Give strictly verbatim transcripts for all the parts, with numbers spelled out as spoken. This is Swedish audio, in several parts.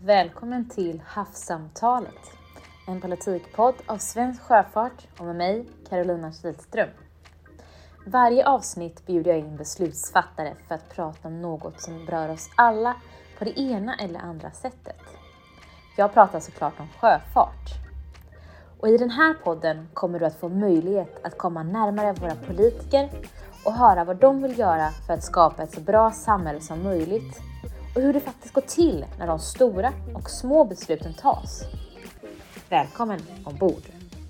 Välkommen till Havssamtalet, en politikpodd av Svensk Sjöfart och med mig, Carolina Kihlström. Varje avsnitt bjuder jag in beslutsfattare för att prata om något som berör oss alla på det ena eller andra sättet. Jag pratar såklart om sjöfart. Och i den här podden kommer du att få möjlighet att komma närmare våra politiker och höra vad de vill göra för att skapa ett så bra samhälle som möjligt och hur det faktiskt går till när de stora och små besluten tas. Välkommen ombord!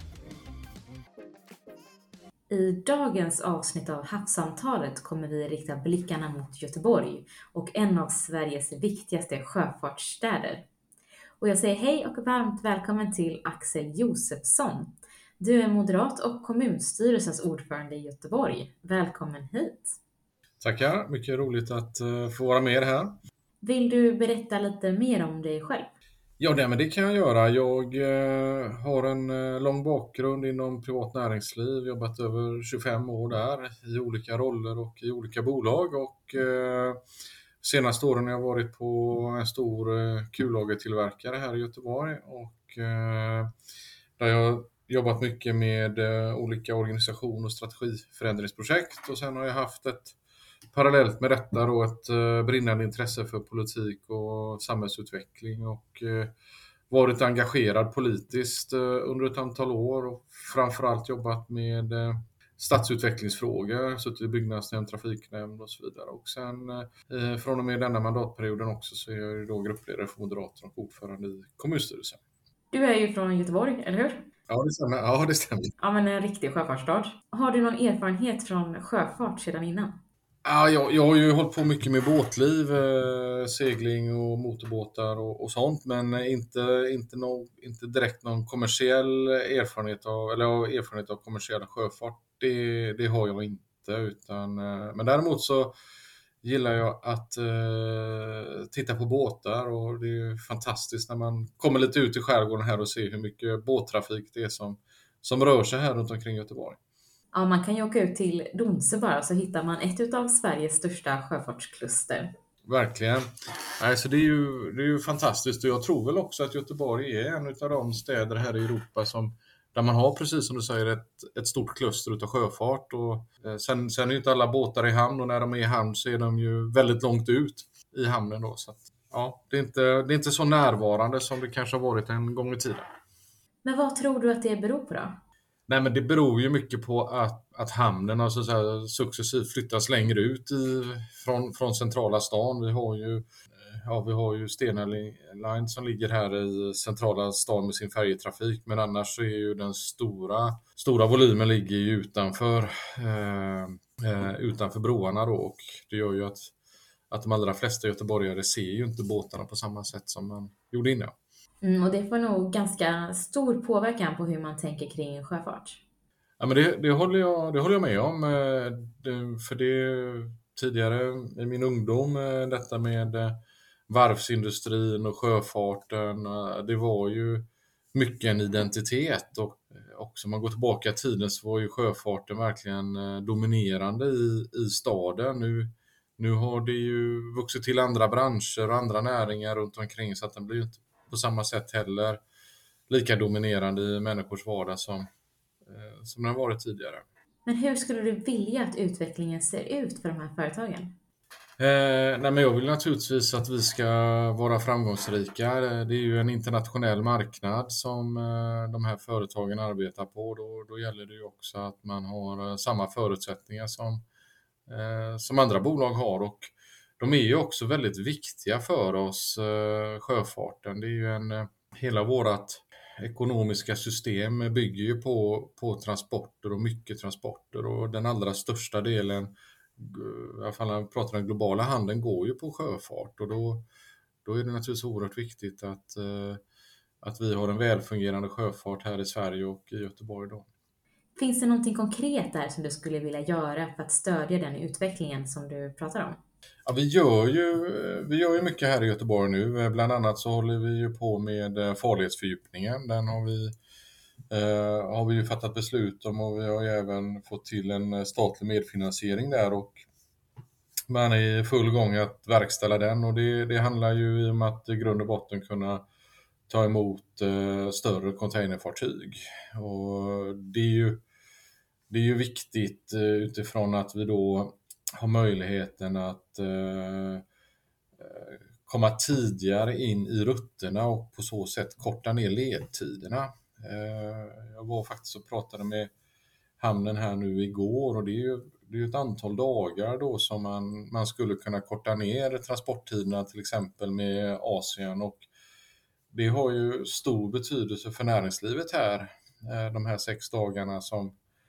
I dagens avsnitt av Havssamtalet kommer vi rikta blickarna mot Göteborg och en av Sveriges viktigaste sjöfartsstäder. Och jag säger hej och varmt välkommen till Axel Josefsson. Du är moderat och kommunstyrelsens ordförande i Göteborg. Välkommen hit! Tackar, mycket roligt att uh, få vara med här. Vill du berätta lite mer om dig själv? Ja, det, men det kan jag göra. Jag uh, har en uh, lång bakgrund inom privat näringsliv, jobbat över tjugofem år där i olika roller och i olika bolag. Och uh, senaste åren har jag varit på en stor uh, kullagertillverkare här i Göteborg. Och uh, där jag jobbat mycket med uh, olika organisation- och strategiförändringsprojekt. Och sen har jag haft ett parallellt med detta då ett uh, brinnande intresse för politik och samhällsutveckling och uh, varit engagerad politiskt uh, under ett antal år och framförallt jobbat med uh, stadsutvecklingsfrågor, suttit i byggnadsnämnd, trafiknämnd och så vidare. Och sen uh, från och med denna mandatperioden också så är jag ju då gruppledare för Moderaterna och ordförande i kommunstyrelsen. Du är ju från Göteborg, eller hur? Ja, det stämmer. Ja, det stämmer. Ja, men en riktig sjöfartsstad. Har du någon erfarenhet från sjöfart sedan innan? Ja, jag, jag har ju hållit på mycket med båtliv, eh, segling och motorbåtar och, och sånt, men inte, inte, no, inte direkt någon kommersiell erfarenhet av, eller erfarenhet av kommersiell sjöfart. Det, det har jag inte, utan, eh, men däremot så gillar jag att eh, titta på båtar, och det är fantastiskt när man kommer lite ut i skärgården här och ser hur mycket båttrafik det är som, som rör sig här runt omkring Göteborg. Ja, man kan ju åka ut till Donsö bara så hittar man ett av Sveriges största sjöfartskluster. Verkligen. Alltså det är ju, det är ju fantastiskt, och jag tror väl också att Göteborg är en av de städer här i Europa som, där man har, precis som du säger, ett, ett stort kluster utav sjöfart. Och eh, sen, sen är ju inte alla båtar i hamn, och när de är i hamn så är de ju väldigt långt ut i hamnen då. Så att, ja, det är, inte, det är inte så närvarande som det kanske har varit en gång i tiden. Men vad tror du att det beror på då? Nej, men det beror ju mycket på att, att hamnen har så, så här, successivt flyttas längre ut i, från, från centrala stan. Vi har ju, ja, vi har ju Stena Line som ligger här i centrala stan med sin färjetrafik, men annars så är ju den stora, stora volymen ligger ju utanför, eh, eh, utanför broarna då, och det gör ju att, att de allra flesta göteborgare ser ju inte båtarna på samma sätt som man gjorde innan. Mm, och det får nog ganska stor påverkan på hur man tänker kring sjöfart. Ja, men det, det, håller jag, det håller jag med om. Det, för det tidigare i min ungdom, detta med varvsindustrin och sjöfarten, det var ju mycket en identitet. Och också om man går tillbaka i tiden så var ju sjöfarten verkligen dominerande i, i staden. Nu, nu har det ju vuxit till andra branscher och andra näringar runt omkring, så att den blir inte på samma sätt heller lika dominerande i människors vardag som som den har varit tidigare. Men hur skulle du vilja att utvecklingen ser ut för de här företagen? Eh, nej men jag vill naturligtvis att vi ska vara framgångsrika. Det är ju en internationell marknad som eh, de här företagen arbetar på. Då, då gäller det ju också att man har eh, samma förutsättningar som, eh, som andra bolag har. Och de är ju också väldigt viktiga för oss, eh, sjöfarten. Det är ju en, eh, hela vårat ekonomiska system bygger ju på, på transporter och mycket transporter, och den allra största delen, i alla fall när vi pratar om den globala handeln, går ju på sjöfart, och då, då är det naturligtvis oerhört viktigt att, att vi har en välfungerande sjöfart här i Sverige och i Göteborg då. Finns det någonting konkret där som du skulle vilja göra för att stödja den utvecklingen som du pratar om? Ja, vi gör ju, vi gör ju mycket här i Göteborg nu. Bland annat så håller vi ju på med farledsfördjupningen. Den har vi, eh, har vi ju fattat beslut om, och vi har ju även fått till en statlig medfinansiering där. Och man är i full gång att verkställa den, och det, det handlar ju i om att i grund och botten kunna ta emot eh, större containerfartyg. Och det är ju, det är ju viktigt eh, utifrån att vi då har möjligheten att eh, komma tidigare in i rutterna och på så sätt korta ner ledtiderna. Eh, jag var faktiskt och pratade med hamnen här nu igår, och det är ju, det är ju ett antal dagar då som man, man skulle kunna korta ner transporttiderna till exempel med Asien, och det har ju stor betydelse för näringslivet här, eh, de här sex dagarna som,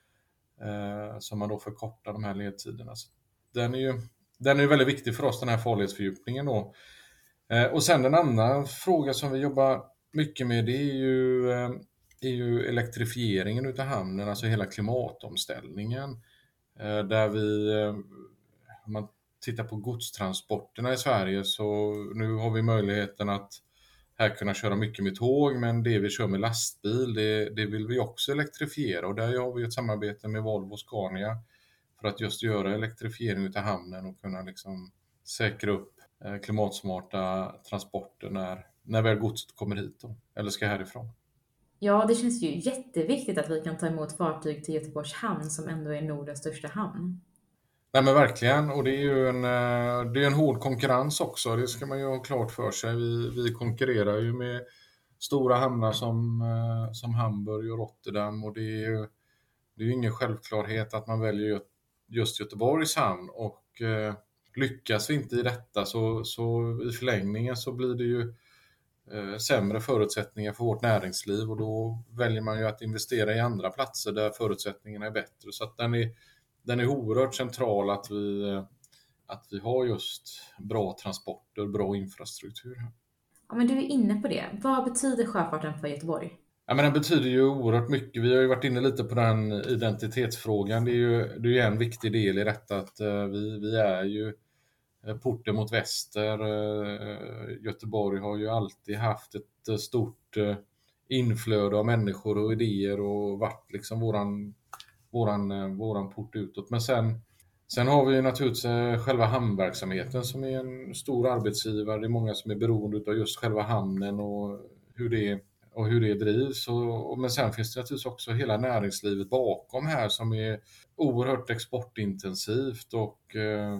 eh, som man då förkortar de här ledtiderna. Så den är ju den är ju väldigt viktig för oss, den här farledsfördjupningen då. Eh, och sen en annan fråga som vi jobbar mycket med, det är ju, eh, är ju elektrifieringen utav hamnen, alltså hela klimatomställningen. Eh, där vi, eh, om man tittar på godstransporterna i Sverige, så nu har vi möjligheten att här kunna köra mycket med tåg, men det vi kör med lastbil, det, det vill vi också elektrifiera, och där har vi ett samarbete med Volvo och Scania för att just göra elektrifiering utav hamnen och kunna liksom säkra upp eh, klimatsmarta transporter när, när väl godset kommer hit då, eller ska härifrån. Ja, det känns ju jätteviktigt att vi kan ta emot fartyg till Göteborgs hamn som ändå är Nordens största hamn. Nej men verkligen, och det är ju en, eh, det är en hård konkurrens också, det ska man ju ha klart för sig. Vi, vi konkurrerar ju med stora hamnar som, eh, som Hamburg och Rotterdam, och det är ju, det är ju ingen självklarhet att man väljer just Göteborgs hamn, och eh, lyckas vi inte i detta så, så i förlängningen så blir det ju eh, sämre förutsättningar för vårt näringsliv, och då väljer man ju att investera i andra platser där förutsättningarna är bättre. Så att den är, den är oerhört central att vi, eh, att vi har just bra transporter, bra infrastruktur här. Ja, men du är inne på det. Vad betyder sjöfarten för Göteborg? Ja, men den betyder ju oerhört mycket. Vi har ju varit inne lite på den identitetsfrågan. Det är ju, det är ju en viktig del i detta att uh, vi, vi är ju porten mot väster. Uh, Göteborg har ju alltid haft ett uh, stort uh, inflöde av människor och idéer och varit liksom våran, våran, uh, våran port utåt. Men sen, sen har vi ju naturligtvis uh, själva hamnverksamheten som är en stor arbetsgivare. Det är många som är beroende av just själva hamnen och hur det är och hur det drivs. Och, och, men sen finns det naturligtvis också hela näringslivet bakom här som är oerhört exportintensivt, och eh,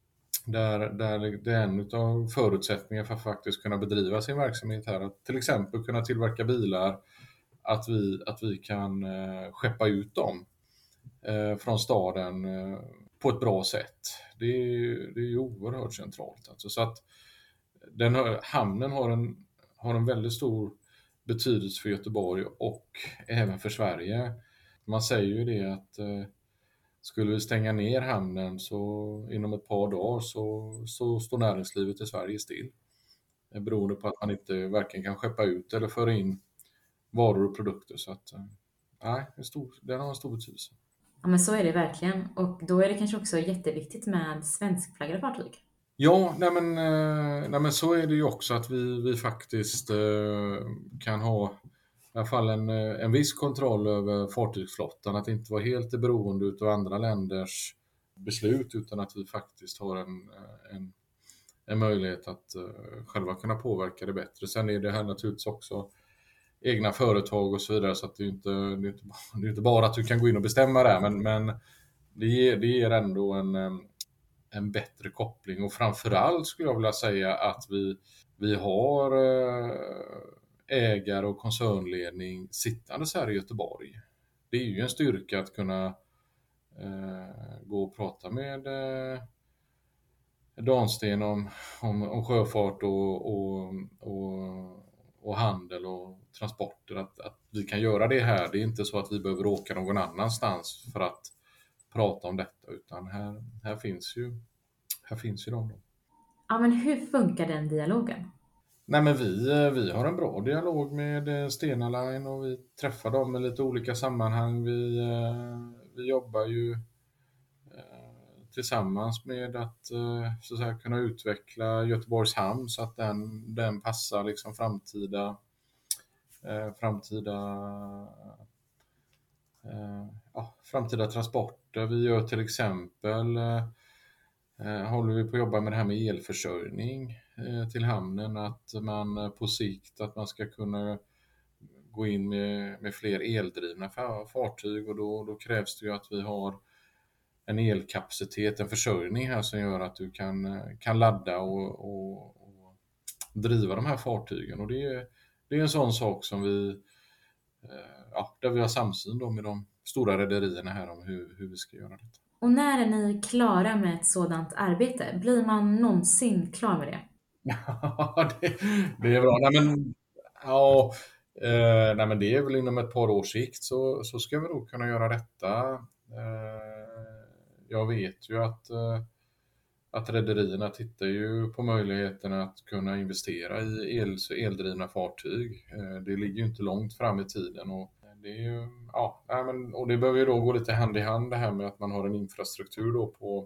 där, där det är en av förutsättningarna för att faktiskt kunna bedriva sin verksamhet här. Att till exempel kunna tillverka bilar, att vi, att vi kan eh, skeppa ut dem eh, från staden eh, på ett bra sätt. Det är, det är ju oerhört centralt. Alltså. Så att den, hamnen har en, har en väldigt stor betydelse för Göteborg och även för Sverige. Man säger ju det att eh, skulle vi stänga ner hamnen så inom ett par dagar så, så står näringslivet i Sverige still. Eh, beroende på att man inte varken kan skeppa ut eller föra in varor och produkter. Så att, eh, nej, det är stor, den har en stor betydelse. Ja, men så är det verkligen. Och då är det kanske också jätteviktigt med svenskflaggade fartyg. Ja, nej men, eh, nej men så är det ju också att vi, vi faktiskt eh, kan ha i alla fall en, eh, en viss kontroll över fartygsflottan, att inte vara helt beroende av andra länders beslut, utan att vi faktiskt har en, en, en möjlighet att uh, själva kunna påverka det bättre. Sen är det här naturligtvis också egna företag och så vidare, så att det är inte, det är inte, det är inte bara att du kan gå in och bestämma det, men, men det, ger, det ger ändå en, en bättre koppling, och framförallt skulle jag vilja säga att vi, vi har uh, ägare och koncernledning sittande så här i Göteborg. Det är ju en styrka att kunna eh, gå och prata med eh, Dansten om, om, om sjöfart och, och, och, och handel och transporter. Att, att vi kan göra det här. Det är inte så att vi behöver åka någon annanstans för att prata om detta, utan här, här finns ju, här finns ju de. Då. Ja, men hur funkar den dialogen? Nej, men vi, vi har en bra dialog med Stena Line och vi träffar dem i lite olika sammanhang. Vi, vi jobbar ju tillsammans med att, så att säga, kunna utveckla Göteborgs hamn så att den, den passar liksom framtida, framtida, ja, framtida transporter. Vi gör till exempel eh, håller vi på att jobba med det här med elförsörjning eh, till hamnen, att man eh, på sikt att man ska kunna gå in med, med fler eldrivna fa- fartyg, och då, då krävs det ju att vi har en elkapacitet, en försörjning här som gör att du kan, eh, kan ladda och, och, och driva de här fartygen. Och det är, det är en sån sak som vi, eh, ja, där vi har samsyn då med de stora rederierna här om hur, hur vi ska göra det. Och när är ni klara med ett sådant arbete? Blir man någonsin klar med det? Ja, det, det är bra. Nej, men, ja, eh, nej, men det är väl inom ett par års sikt så, så ska vi nog kunna göra detta. Eh, jag vet ju att, eh, att rederierna tittar ju på möjligheten att kunna investera i el, eldrivna fartyg. Eh, det ligger ju inte långt fram i tiden, och det är ju, ja, nej, men, och det behöver ju då gå lite hand i hand det här med att man har en infrastruktur då på,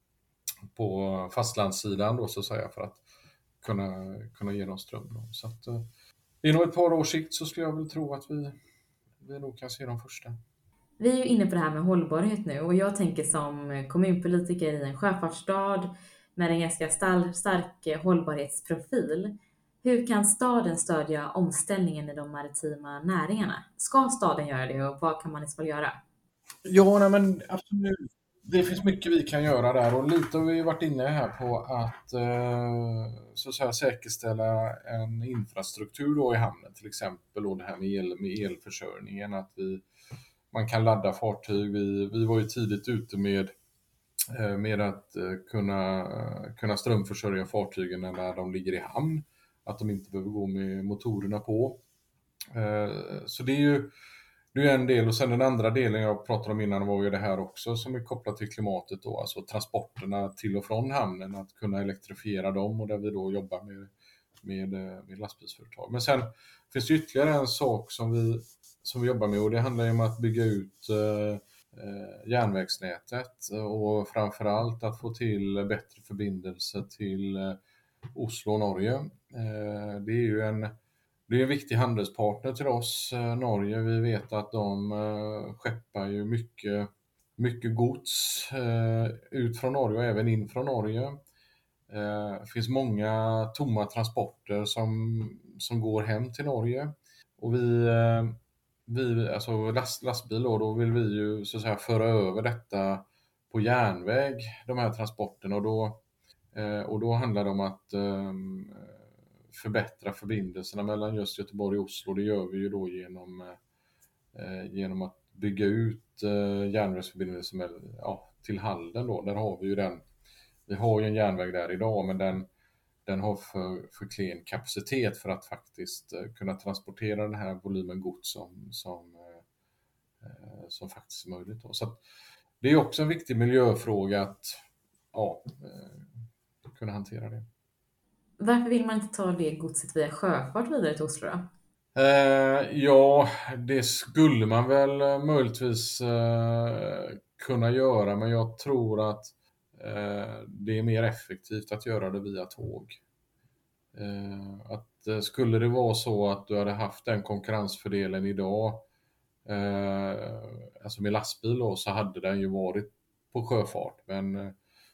på fastlandssidan då, så att säga, för att kunna, kunna ge dem ström. Då. Så att, eh, inom ett par års sikt så skulle jag väl tro att vi, vi nog kan se de första. Vi är ju inne på det här med hållbarhet nu, och jag tänker som kommunpolitiker i en sjöfartsstad med en ganska star- stark hållbarhetsprofil. Hur kan staden stödja omställningen i de maritima näringarna? Ska staden göra det, och vad kan man i så fall göra? Ja, nej, men absolut. Det finns mycket vi kan göra där, och lite har vi varit inne här på att, eh, så att säga, säkerställa en infrastruktur då i hamnen, till exempel då det här med, el, med elförsörjningen, att vi, man kan ladda fartyg. Vi, vi var ju tidigt ute med, eh, med att eh, kunna, kunna strömförsörja fartygen när de ligger i hamn, att de inte behöver gå med motorerna på. Eh, så det är ju Det är en del, och sen den andra delen jag pratade om innan var ju det här också som är kopplat till klimatet då, alltså transporterna till och från hamnen, att kunna elektrifiera dem, och där vi då jobbar med, med, med lastbilsföretag. Men sen finns det ytterligare en sak som vi, som vi jobbar med, och det handlar ju om att bygga ut eh, järnvägsnätet, och framförallt att få till bättre förbindelser till eh, Oslo och Norge. Eh, det är ju en Det är en viktig handelspartner till oss, eh, Norge. Vi vet att de eh, skeppar ju mycket, mycket gods eh, ut från Norge och även in från Norge. Eh, det finns många tomma transporter som, som går hem till Norge. Och vi, eh, vi alltså last, lastbil då, då vill vi ju så att säga föra över detta på järnväg, de här transporterna. Och då, eh, och då handlar det om att eh, förbättra förbindelserna mellan just Göteborg och Oslo. Det gör vi ju då genom, eh, genom att bygga ut eh, järnvägsförbindelser med, ja, till Halden då. Där har vi ju den. Vi har ju en järnväg där idag, men den, den har för, för klen kapacitet för att faktiskt eh, kunna transportera den här volymen gods som, som, eh, som faktiskt är möjligt då. Så att det är också en viktig miljöfråga att, ja, eh, kunna hantera det. Varför vill man inte ta det godset via sjöfart vidare till Oslo då? Eh, ja, det skulle man väl eh, möjligtvis eh, kunna göra, men jag tror att eh, det är mer effektivt att göra det via tåg. Eh, att eh, skulle det vara så att du hade haft den konkurrensfördelen idag, eh, alltså med lastbil då, så hade den ju varit på sjöfart, men eh,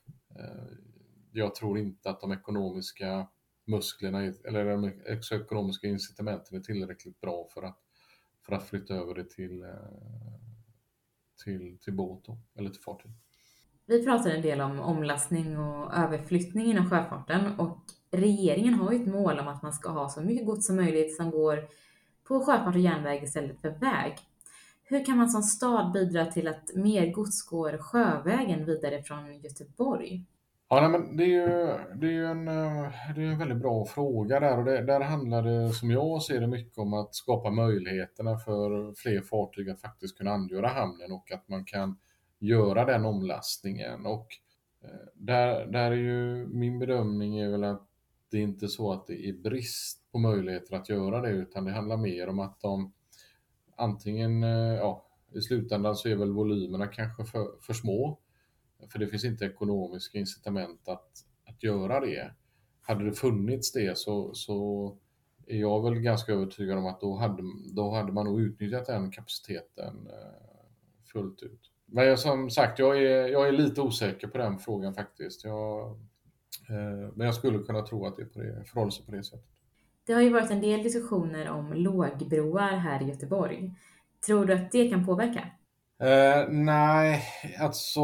jag tror inte att de ekonomiska musklerna eller de ekonomiska incitamenten är tillräckligt bra för att, för att flytta över det till, till, till båt då, eller till fartyg. Vi pratar en del om omlastning och överflyttning inom sjöfarten, och regeringen har ju ett mål om att man ska ha så mycket gods som möjligt som går på sjöfart och järnväg istället för väg. Hur kan man som stad bidra till att mer gods går sjövägen vidare från Göteborg? Ja, nej, men det är ju, det är ju en, det är en väldigt bra fråga där, och det, där handlar det, som jag ser det, mycket om att skapa möjligheterna för fler fartyg att faktiskt kunna angöra hamnen, och att man kan göra den omlastningen. Och eh, där, där är ju min bedömning är väl att det är inte så att det är brist på möjligheter att göra det, utan det handlar mer om att de antingen, eh, ja, i slutändan så är väl volymerna kanske för, för små. För det finns inte ekonomiska incitament att, att göra det. Hade det funnits det så, så är jag väl ganska övertygad om att då hade, då hade man nog utnyttjat den kapaciteten eh, fullt ut. Men jag, som sagt, jag är, jag är lite osäker på den frågan faktiskt. Jag, eh, men jag skulle kunna tro att det, är på det förhåller sig på det sättet. Det har ju varit en del diskussioner om lågbroar här i Göteborg. Tror du att det kan påverka? Eh, nej, alltså,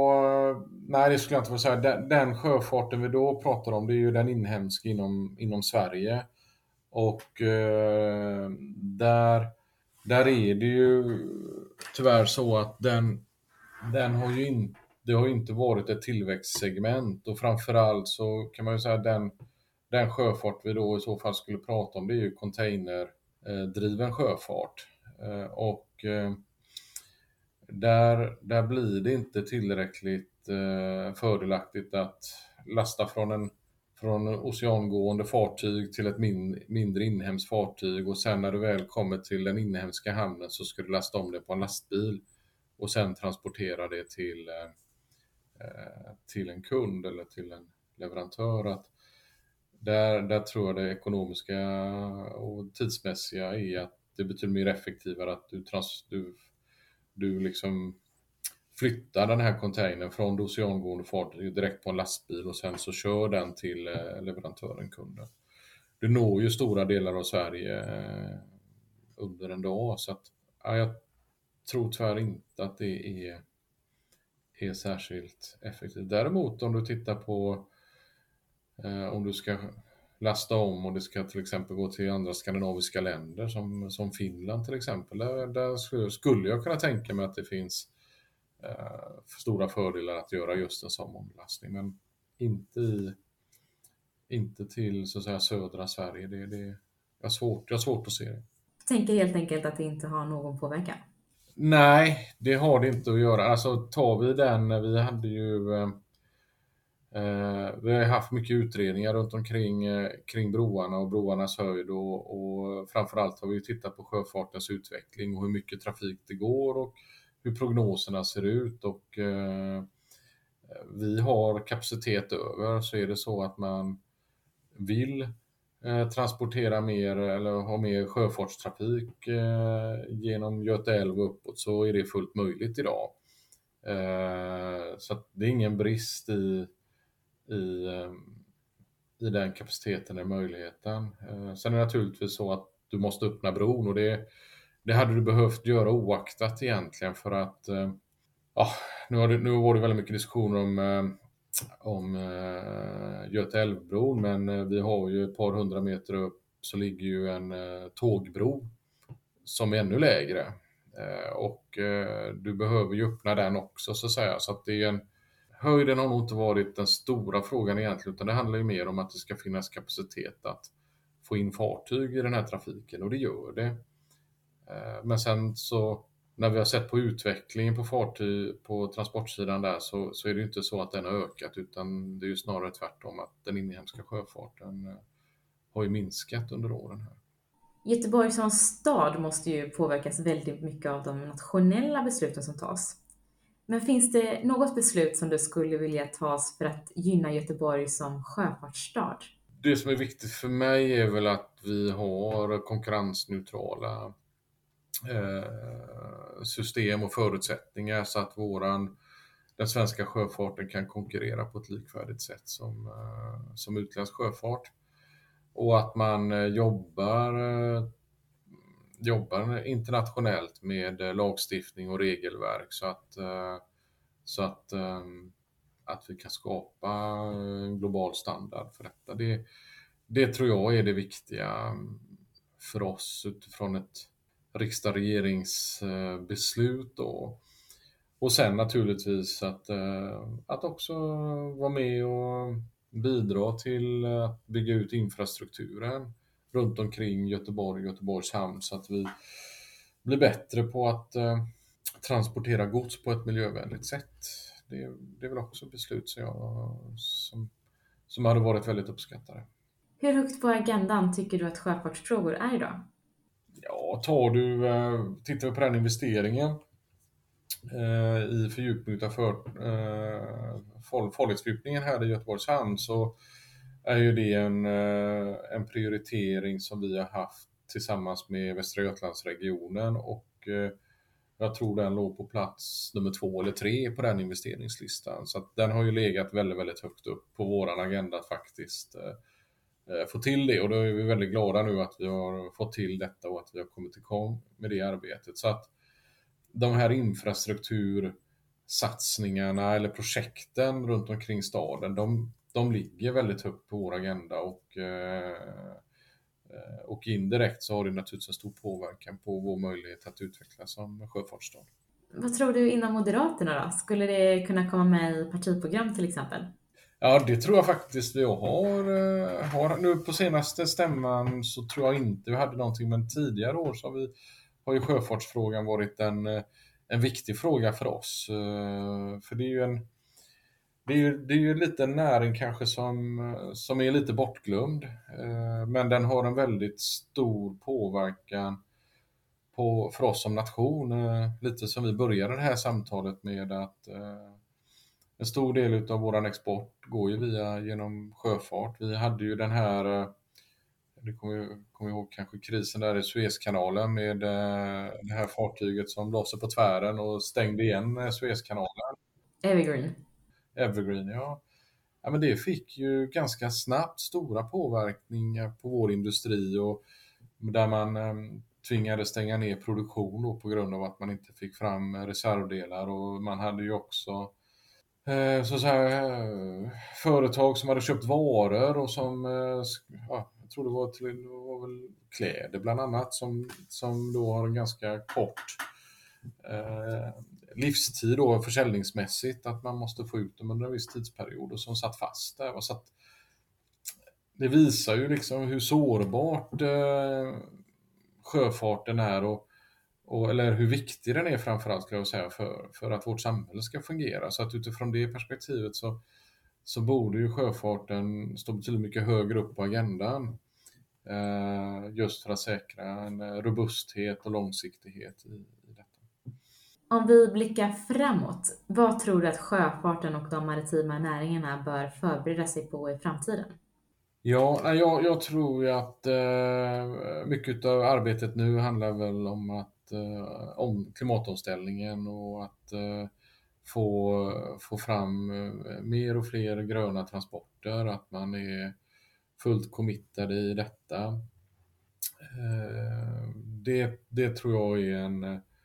nej det skulle jag inte få säga. Den, den sjöfarten vi då pratar om, det är ju den inhemska inom, inom Sverige. Och eh, där, där är det ju tyvärr så att den, den har ju inte, det har ju inte varit ett tillväxtsegment, och framförallt så kan man ju säga att den, den sjöfart vi då i så fall skulle prata om, det är ju containerdriven sjöfart. Eh, och eh, där, där blir det inte tillräckligt eh, fördelaktigt att lasta från en från oceangående fartyg till ett min, mindre inhemskt fartyg, och sen när du väl kommer till den inhemska hamnen så ska du lasta om det på en lastbil och sen transportera det till, eh, till en kund eller till en leverantör. Att där, där tror jag det ekonomiska och tidsmässiga är att det betyder mer effektivare att du, trans, du, du liksom flyttar den här containern från det oceangående fartyget direkt på en lastbil och sen så kör den till eh, leverantören, kunden. Du når ju stora delar av Sverige eh, under en dag, så att ja, jag tror tyvärr inte att det är, är särskilt effektivt. Däremot om du tittar på eh, om du ska lasta om och det ska till exempel gå till andra skandinaviska länder som, som Finland till exempel, där, där skulle jag kunna tänka mig att det finns eh, stora fördelar att göra just en sån omlastning, men inte i inte till så att säga södra Sverige. Det, det jag har svårt, jag har svårt att se det. Jag tänker helt enkelt att det inte har någon påverkan. Nej, det har det inte att göra. Alltså tar vi den, vi hade ju eh, vi har haft mycket utredningar runt omkring eh, kring broarna och broarnas höjd, och, och framförallt har vi tittat på sjöfartens utveckling och hur mycket trafik det går och hur prognoserna ser ut, och eh, vi har kapacitet över. Så är det så att man vill eh, transportera mer eller ha mer sjöfartstrafik eh, genom Göta älv och uppåt, så är det fullt möjligt idag. Eh, så att det är ingen brist i, i, eh, i den kapaciteten eller möjligheten. Eh, sen är det naturligtvis så att du måste öppna bron, och det, det hade du behövt göra oaktat egentligen, för att eh, ja, nu, har det, nu var det väldigt mycket diskussioner om eh, om eh, Göta älvbron, men eh, vi har ju ett par hundra meter upp så ligger ju en eh, tågbro som är ännu lägre, eh, och eh, du behöver ju öppna den också så att säga, så att det är en höjden har nog inte varit den stora frågan egentligen, utan det handlar ju mer om att det ska finnas kapacitet att få in fartyg i den här trafiken, och det gör det. Eh, men sen så när vi har sett på utvecklingen på fartyg på transportsidan där, så, så är det ju inte så att den har ökat, utan det är ju snarare tvärtom, att den inhemska sjöfarten eh, har ju minskat under åren här. Göteborg som stad måste ju påverkas väldigt mycket av de nationella besluten som tas. Men finns det något beslut som du skulle vilja tas för att gynna Göteborg som sjöfartsstad? Det som är viktigt för mig är väl att vi har konkurrensneutrala eh, system och förutsättningar, så att våran, den svenska sjöfarten kan konkurrera på ett likvärdigt sätt som, eh, som utländsk sjöfart. Och att man eh, jobbar, eh, jobbar internationellt med eh, lagstiftning och regelverk, så att, eh, så att, eh, att vi kan skapa en global standard för detta. Det, det tror jag är det viktiga för oss utifrån ett riksdag-regeringsbeslut då. Och sen naturligtvis att, att också vara med och bidra till att bygga ut infrastrukturen runt omkring Göteborg och Göteborgs hamn, så att vi blir bättre på att transportera gods på ett miljövänligt sätt. Det, det är väl också beslut som, jag, som, som hade varit väldigt uppskattade. Hur högt på agendan tycker du att sjöfartsfrågor är idag? Ja, tar du, tittar vi på den investeringen eh, i fördjupning av för, eh, farledsfördjupningen här i Göteborgs hamn, så är ju det en, eh, en prioritering som vi har haft tillsammans med Västra Götalandsregionen, och eh, Jag tror den låg på plats nummer två eller tre på den investeringslistan. Så att den har ju legat väldigt, väldigt högt upp på våran agenda att faktiskt eh, få till det. Och då är vi väldigt glada nu att vi har fått till detta och att vi har kommit igång med det arbetet. Så att de här infrastruktursatsningarna eller projekten runt omkring staden, de, de ligger väldigt högt på vår agenda och, eh, och indirekt så har det naturligtvis en stor påverkan på vår möjlighet att utvecklas som sjöfartsstad. Vad tror du inom Moderaterna då? Skulle det kunna komma med i partiprogram till exempel? Ja, det tror jag faktiskt vi har, har. Nu på senaste stämman så tror jag inte vi hade någonting, men tidigare år så har, vi, har ju sjöfartsfrågan varit en, en viktig fråga för oss. För det är ju en, det är ju, det är ju lite en näring kanske som, som är lite bortglömd, men den har en väldigt stor påverkan på, för oss som nation. Lite som vi började det här samtalet med att en stor del av våran export går ju via genom sjöfart. Vi hade ju den här, det kommer jag kommer ihåg kanske krisen där i Suezkanalen med det här fartyget som la sig på tvären och stängde igen Suezkanalen. Evergreen. Evergreen, ja. Ja, men det fick ju ganska snabbt stora påverkningar på vår industri och där man eh, tvingades stänga ner produktion då på grund av att man inte fick fram reservdelar, och man hade ju också Så, så här, företag som hade köpt varor och som, ja, jag tror det var, till, det var väl kläder bland annat, som, som då har en ganska kort eh, livstid då, försäljningsmässigt, att man måste få ut dem under en viss tidsperiod och som satt fast där. Så att det visar ju liksom hur sårbart eh, sjöfarten är och Och, eller hur viktig den är framförallt, ska jag säga, för, för att vårt samhälle ska fungera. Så att utifrån det perspektivet så, så borde ju sjöfarten stå betydligt mycket högre upp på agendan. Eh, just för att säkra en robusthet och långsiktighet i, i detta. Om vi blickar framåt, vad tror du att sjöfarten och de maritima näringarna bör förbereda sig på i framtiden? Ja, jag, jag tror ju att eh, mycket av arbetet nu handlar väl om att om klimatomställningen och att få, få fram mer och fler gröna transporter, att man är fullt committad i detta. Det, det tror jag är en,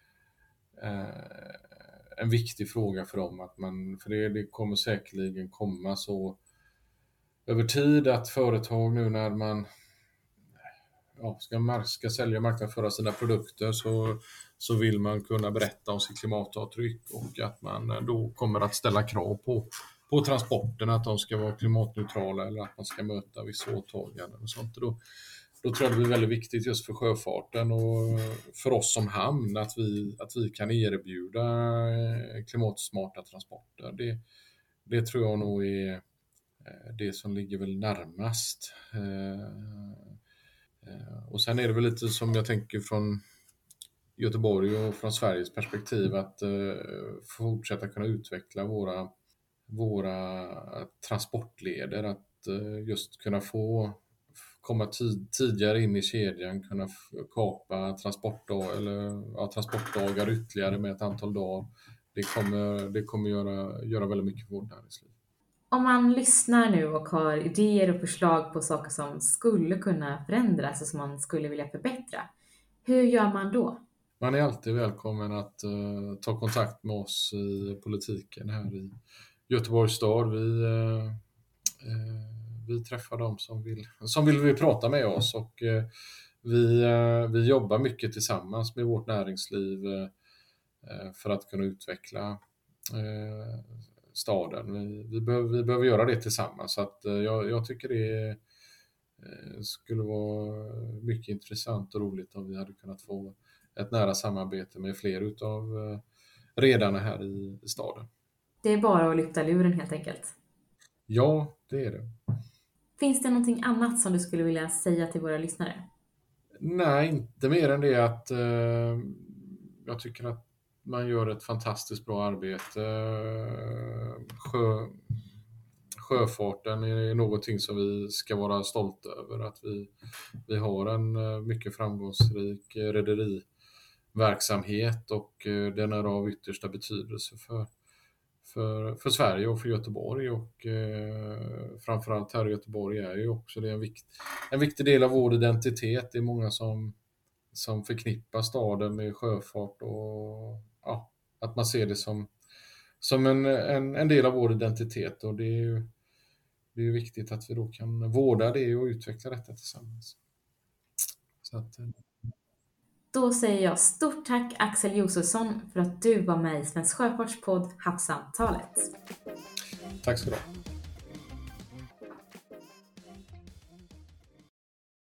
en viktig fråga för dem, att man, för det, det kommer säkerligen komma så över tid att företag nu när man Ja, ska, man, ska sälja och marknadsföra sina produkter så, så vill man kunna berätta om sitt klimatavtryck, och att man då kommer att ställa krav på, på transporterna, att de ska vara klimatneutrala eller att man ska möta vissa åtaganden och sånt. Och då, då tror jag det blir väldigt viktigt just för sjöfarten och för oss som hamn att vi, att vi kan erbjuda klimatsmarta transporter. Det, det tror jag nog är det som ligger väl närmast. Och sen är det väl lite som jag tänker från Göteborg och från Sveriges perspektiv, att uh, fortsätta kunna utveckla våra, våra transportleder, att uh, just kunna få komma tid, tidigare in i kedjan, kunna f- kapa transportdag, eller, ja, transportdagar ytterligare med ett antal dagar. Det kommer, det kommer göra, göra väldigt mycket för vårt näringsliv. Om man lyssnar nu och har idéer och förslag på saker som skulle kunna förändras och som man skulle vilja förbättra, hur gör man då? Man är alltid välkommen att uh, ta kontakt med oss i politiken här i Göteborgs stad. Vi, uh, uh, vi träffar dem som vill, som vill vi prata med oss, och uh, vi, uh, vi jobbar mycket tillsammans med vårt näringsliv uh, för att kunna utveckla uh, staden. Vi, vi, behöver, vi behöver göra det tillsammans, så att, uh, jag, jag tycker det uh, skulle vara mycket intressant och roligt om vi hade kunnat få ett nära samarbete med fler utav redarna här i, i staden. Det är bara att lyfta luren helt enkelt. Ja, det är det. Finns det någonting annat som du skulle vilja säga till våra lyssnare? Nej, inte mer än det att eh, jag tycker att man gör ett fantastiskt bra arbete. Sjö, sjöfarten är någonting som vi ska vara stolta över, att vi, vi har en mycket framgångsrik rederi verksamhet och eh, den är av yttersta betydelse för, för, för Sverige och för Göteborg, och eh, framförallt här i Göteborg är ju också det en, vikt, en viktig del av vår identitet. Det är många som, som förknippar staden med sjöfart och ja, att man ser det som, som en, en, en del av vår identitet, och det är ju det är ju viktigt att vi då kan vårda det och utveckla detta tillsammans. Så att, eh, Då säger jag stort tack Axel Josefsson för att du var med i Svensk Sjöfarts podd Havssamtalet. tack ska du ha.